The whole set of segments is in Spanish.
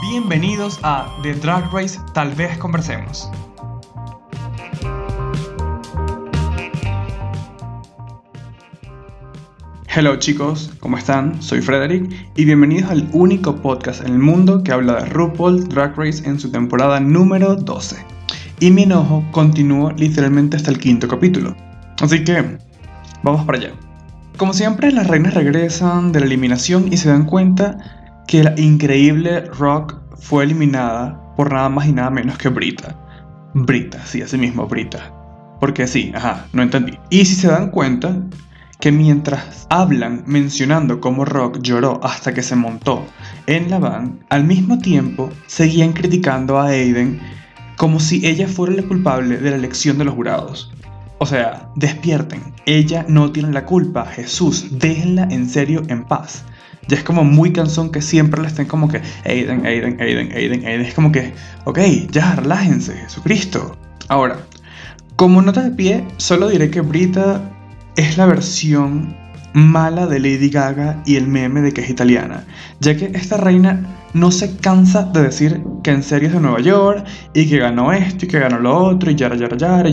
Bienvenidos a The Drag Race Tal vez conversemos. Hello chicos, ¿cómo están? Soy Frederick y bienvenidos al único podcast en el mundo que habla de RuPaul Drag Race en su temporada número 12. Y mi enojo continuó literalmente hasta el 5º capítulo. Así que, vamos para allá. Como siempre, las reinas regresan de la eliminación y se dan cuenta que la increíble Rock fue eliminada por nada más y nada menos que Brita. Brita, sí, así mismo, Brita. Porque sí, no entendí. Y si se dan cuenta que mientras hablan mencionando cómo Rock lloró hasta que se montó en la van, al mismo tiempo seguían criticando a Aiden como si ella fuera la culpable de la elección de los jurados. O sea, despierten, ella no tiene la culpa, Jesús, déjenla en serio en paz. Ya es como muy cansón que siempre le estén como que Aiden. Es como que, ok, ya, relájense, Jesucristo. Ahora, como nota de pie, solo diré que Brita es la versión mala de Lady Gaga y el meme de que es italiana, ya que esta reina no se cansa de decir que en serio es de Nueva York y que ganó esto y que ganó lo otro y yara.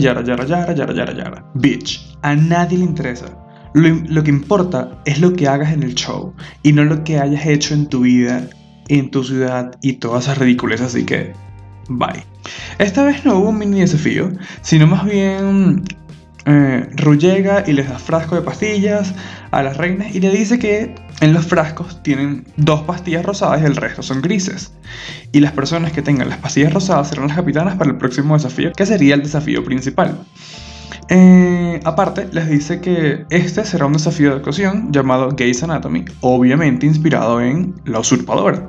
Bitch, a nadie le interesa. Lo que importa es lo que hagas en el show y no lo que hayas hecho en tu vida, en tu ciudad y todas esas ridiculeces, así que bye. Esta vez no hubo un mini desafío, sino más bien Ru llega y les da frasco de pastillas a las reinas y le dice que en los frascos tienen 2 pastillas rosadas y el resto son grises. Y las personas que tengan las pastillas rosadas serán las capitanas para el próximo desafío, que sería el desafío principal. Aparte, les dice que este será un desafío de actuación llamado Grey's Anatomy, obviamente inspirado en La Usurpadora.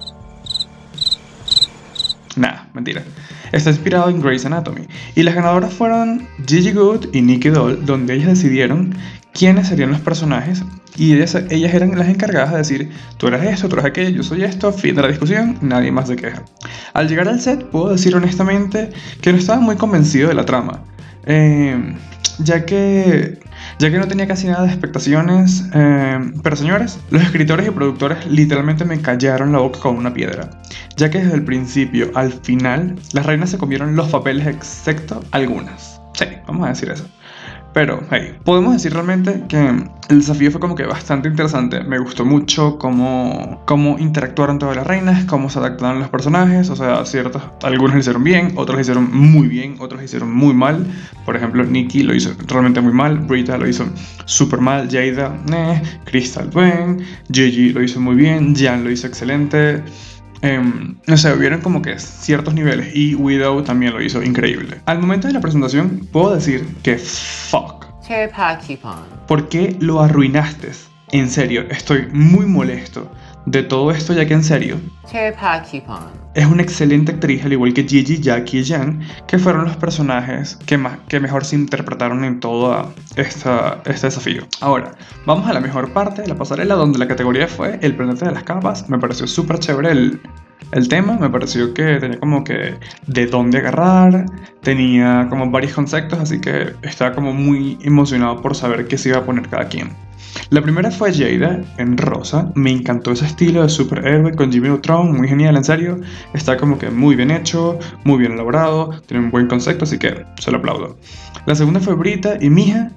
Nah, mentira. Está inspirado en Grey's Anatomy. Y las ganadoras fueron Gigi Goode y Nikki Doll, donde ellas decidieron quiénes serían los personajes. Y ellas eran las encargadas de decir, tú eres esto, tú eres aquello, yo soy esto, fin de la discusión, nadie más se queja. Al llegar al set, puedo decir honestamente que no estaba muy convencido de la trama. Ya que no tenía casi nada de expectaciones, pero señores, los escritores y productores literalmente me callaron la boca con una piedra, ya que desde el principio al final las reinas se comieron los papeles excepto algunas. Sí, vamos a decir eso. Pero, hey, podemos decir realmente que el desafío fue como que bastante interesante. Me gustó mucho cómo interactuaron todas las reinas, cómo se adaptaron los personajes. O sea, algunos lo hicieron bien, otros lo hicieron muy bien, otros lo hicieron muy mal. Por ejemplo, Nikki lo hizo realmente muy mal, Brita lo hizo súper mal, Jada, Crystal bien, Gigi lo hizo muy bien, Jan lo hizo excelente. No sé, hubieron como que ciertos niveles y Widow también lo hizo increíble. Al momento de la presentación puedo decir que fuck. ¿Por qué lo arruinaste? En serio, estoy muy molesto de todo esto, ya que en serio es una excelente actriz, al igual que Gigi, Jackie y Jan, que fueron los personajes que mejor se interpretaron en todo este desafío. Ahora, vamos a la mejor parte de la pasarela, donde la categoría fue el planeta de las capas. Me pareció súper chévere el tema, me pareció que tenía como que de dónde agarrar, tenía como varios conceptos, así que estaba como muy emocionado por saber qué se iba a poner cada quien. La primera fue Jada, en rosa. Me encantó ese estilo de superhéroe con Jimmy Neutron, muy genial, en serio. Está como que muy bien hecho, muy bien elaborado, tiene un buen concepto, así que se lo aplaudo. La segunda fue Brita y Mija.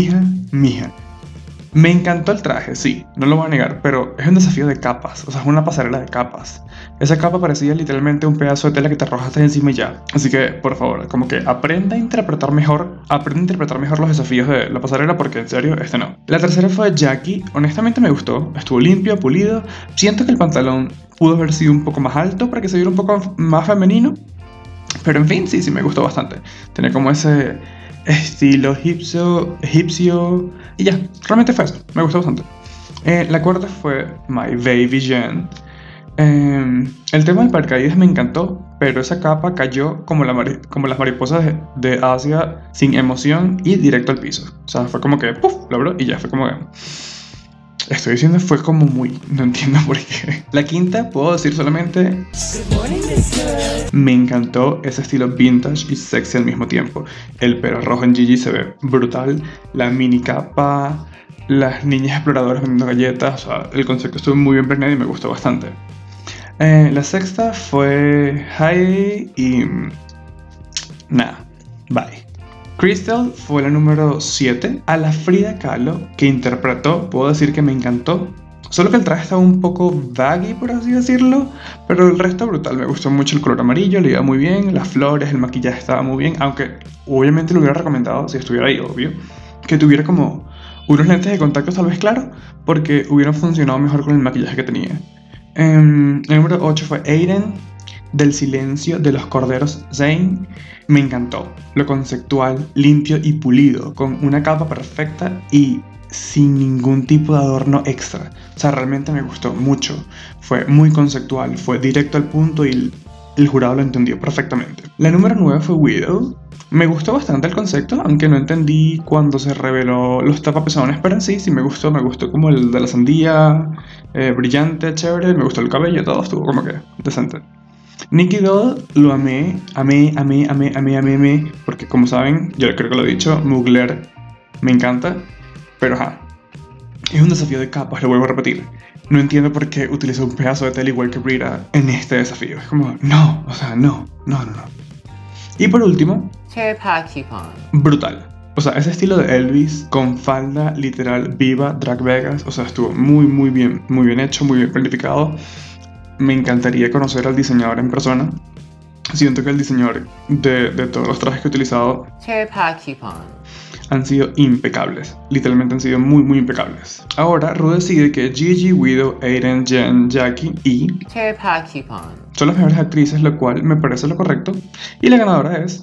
Me encantó el traje, sí, no lo voy a negar, pero es un desafío de capas, o sea, es una pasarela de capas. Esa capa parecía literalmente un pedazo de tela que te arrojaste encima y ya. Así que, por favor, como que aprenda a interpretar mejor los desafíos de la pasarela, porque en serio, no. La tercera fue Jackie. Honestamente me gustó, estuvo limpio, pulido. Siento que el pantalón pudo haber sido un poco más alto para que se viera un poco más femenino, pero en fin, sí, me gustó bastante. Tenía como ese estilo egipcio y ya, realmente fue eso, me gustó bastante. La cuarta fue My Baby Jen. El tema del paracaídas me encantó, pero esa capa cayó como las mariposas de Asia, sin emoción y directo al piso. O sea, fue como que ¡puf! Lo abrió y ya fue como que... Estoy diciendo fue como muy... No entiendo por qué. La quinta, puedo decir solamente... Me encantó ese estilo vintage y sexy al mismo tiempo. El pelo rojo en Gigi se ve brutal. La mini capa... Las niñas exploradoras vendiendo galletas. O sea, el concepto estuvo muy bien planeado y me gustó bastante. La sexta fue Heidi y... nada, bye. Crystal fue la número 7. A la Frida Kahlo que interpretó, puedo decir que me encantó. Solo que el traje estaba un poco baggy, por así decirlo, pero el resto brutal. Me gustó mucho el color amarillo, le iba muy bien, las flores, el maquillaje estaba muy bien, aunque obviamente lo hubiera recomendado, si estuviera ahí, obvio, que tuviera como unos lentes de contacto tal vez claro, porque hubieran funcionado mejor con el maquillaje que tenía. El número 8 fue Aiden, del silencio de los corderos Zane. Me encantó, lo conceptual, limpio y pulido, con una capa perfecta y sin ningún tipo de adorno extra. O sea, realmente me gustó mucho. Fue muy conceptual, fue directo al punto y el jurado lo entendió perfectamente. La número 9 fue Widow. Me gustó bastante el concepto, aunque no entendí cuando se reveló los tapapezones, pero en sí me gustó como el de la sandía, brillante, chévere, me gustó el cabello, todo estuvo como que decente. Nicky Doll lo amé, porque como saben, yo creo que lo he dicho, Mugler me encanta, pero es un desafío de capas, lo vuelvo a repetir. No entiendo por qué utilizó un pedazo de tela igual que Brita en este desafío, es como, no. Y por último, brutal. O sea, ese estilo de Elvis con falda literal viva, Drag Vegas, o sea, estuvo muy bien hecho, muy bien planificado. Me encantaría conocer al diseñador en persona. Siento que el diseñador de todos los trajes que he utilizado han sido impecables. Literalmente han sido muy impecables. Ahora, Ru decide que Gigi, Widow, Aiden, Jen, Jackie y son las mejores actrices, lo cual me parece lo correcto. Y la ganadora es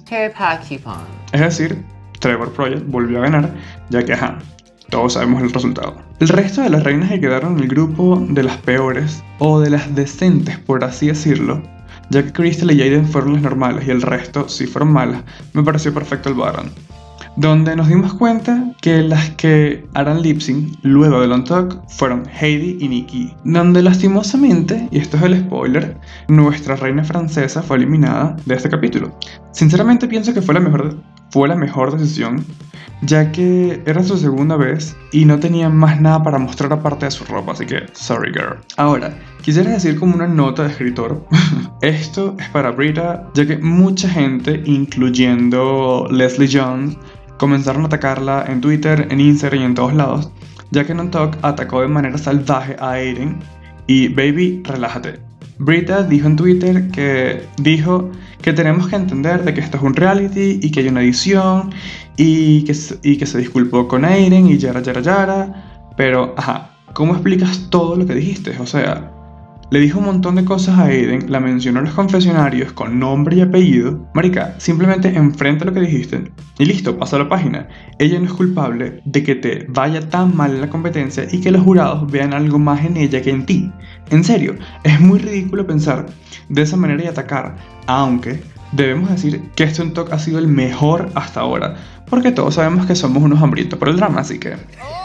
decir, Trevor Project volvió a ganar, ya que todos sabemos el resultado. El resto de las reinas que quedaron en el grupo de las peores, o de las decentes por así decirlo, ya que Crystal y Aiden fueron las normales y el resto sí fueron malas, me pareció perfecto el Baron, donde nos dimos cuenta que las que harán lip sync luego del On Talk fueron Heidi y Nikki, donde lastimosamente, y esto es el spoiler, nuestra reina francesa fue eliminada de este capítulo. Sinceramente pienso que fue la mejor decisión, ya que era su segunda vez y no tenía más nada para mostrar aparte de su ropa, así que sorry girl. Ahora, quisiera decir como una nota de escritor, esto es para Brita, ya que mucha gente, incluyendo Leslie Jones, comenzaron a atacarla en Twitter, en Instagram y en todos lados, ya que en Talk atacó de manera salvaje a Aiden y baby, relájate. Brita dijo en Twitter que tenemos que entender de que esto es un reality y que hay una edición y que se disculpó con Aiden y yara, pero ¿cómo explicas todo lo que dijiste? O sea, le dijo un montón de cosas a Aiden, la mencionó en los confesionarios con nombre y apellido. Marica, simplemente enfrenta lo que dijiste y listo, pasa la página. Ella no es culpable de que te vaya tan mal en la competencia y que los jurados vean algo más en ella que en ti. En serio, es muy ridículo pensar de esa manera y atacar, aunque debemos decir que este On Talk ha sido el mejor hasta ahora, porque todos sabemos que somos unos hambrientos por el drama, así que...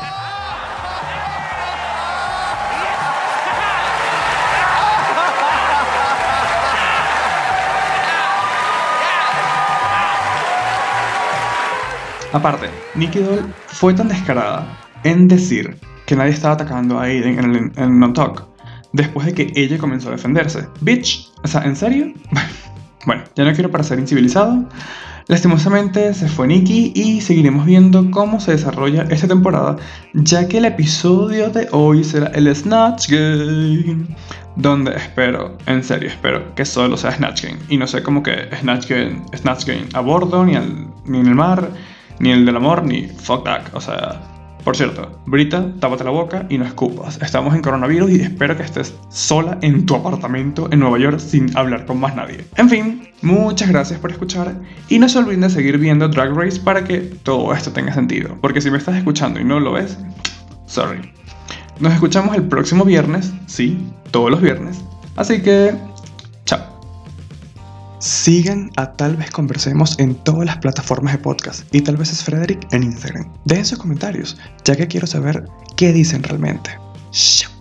Aparte, Nicky Doll fue tan descarada en decir que nadie estaba atacando a Aiden en el No Talk después de que ella comenzó a defenderse. Bitch, o sea, ¿en serio? Bueno, ya no quiero parecer incivilizado. Lastimosamente se fue Nikki y seguiremos viendo cómo se desarrolla esta temporada, ya que el episodio de hoy será el Snatch Game, donde en serio espero que solo sea Snatch Game y no sé cómo que Snatch Game a bordo, ni en el mar, ni el del amor, ni fuck that. O sea, por cierto, Brita, tápate la boca y no escupas. Estamos en coronavirus y espero que estés sola en tu apartamento en Nueva York sin hablar con más nadie. En fin, muchas gracias por escuchar y no se olviden de seguir viendo Drag Race para que todo esto tenga sentido. Porque si me estás escuchando y no lo ves, sorry. Nos escuchamos el próximo viernes, sí, todos los viernes. Así que, chao. Sigan a Tal vez Conversemos en todas las plataformas de podcast y Tal vez es Frederick en Instagram. Dejen sus comentarios, ya que quiero saber qué dicen realmente. Chao.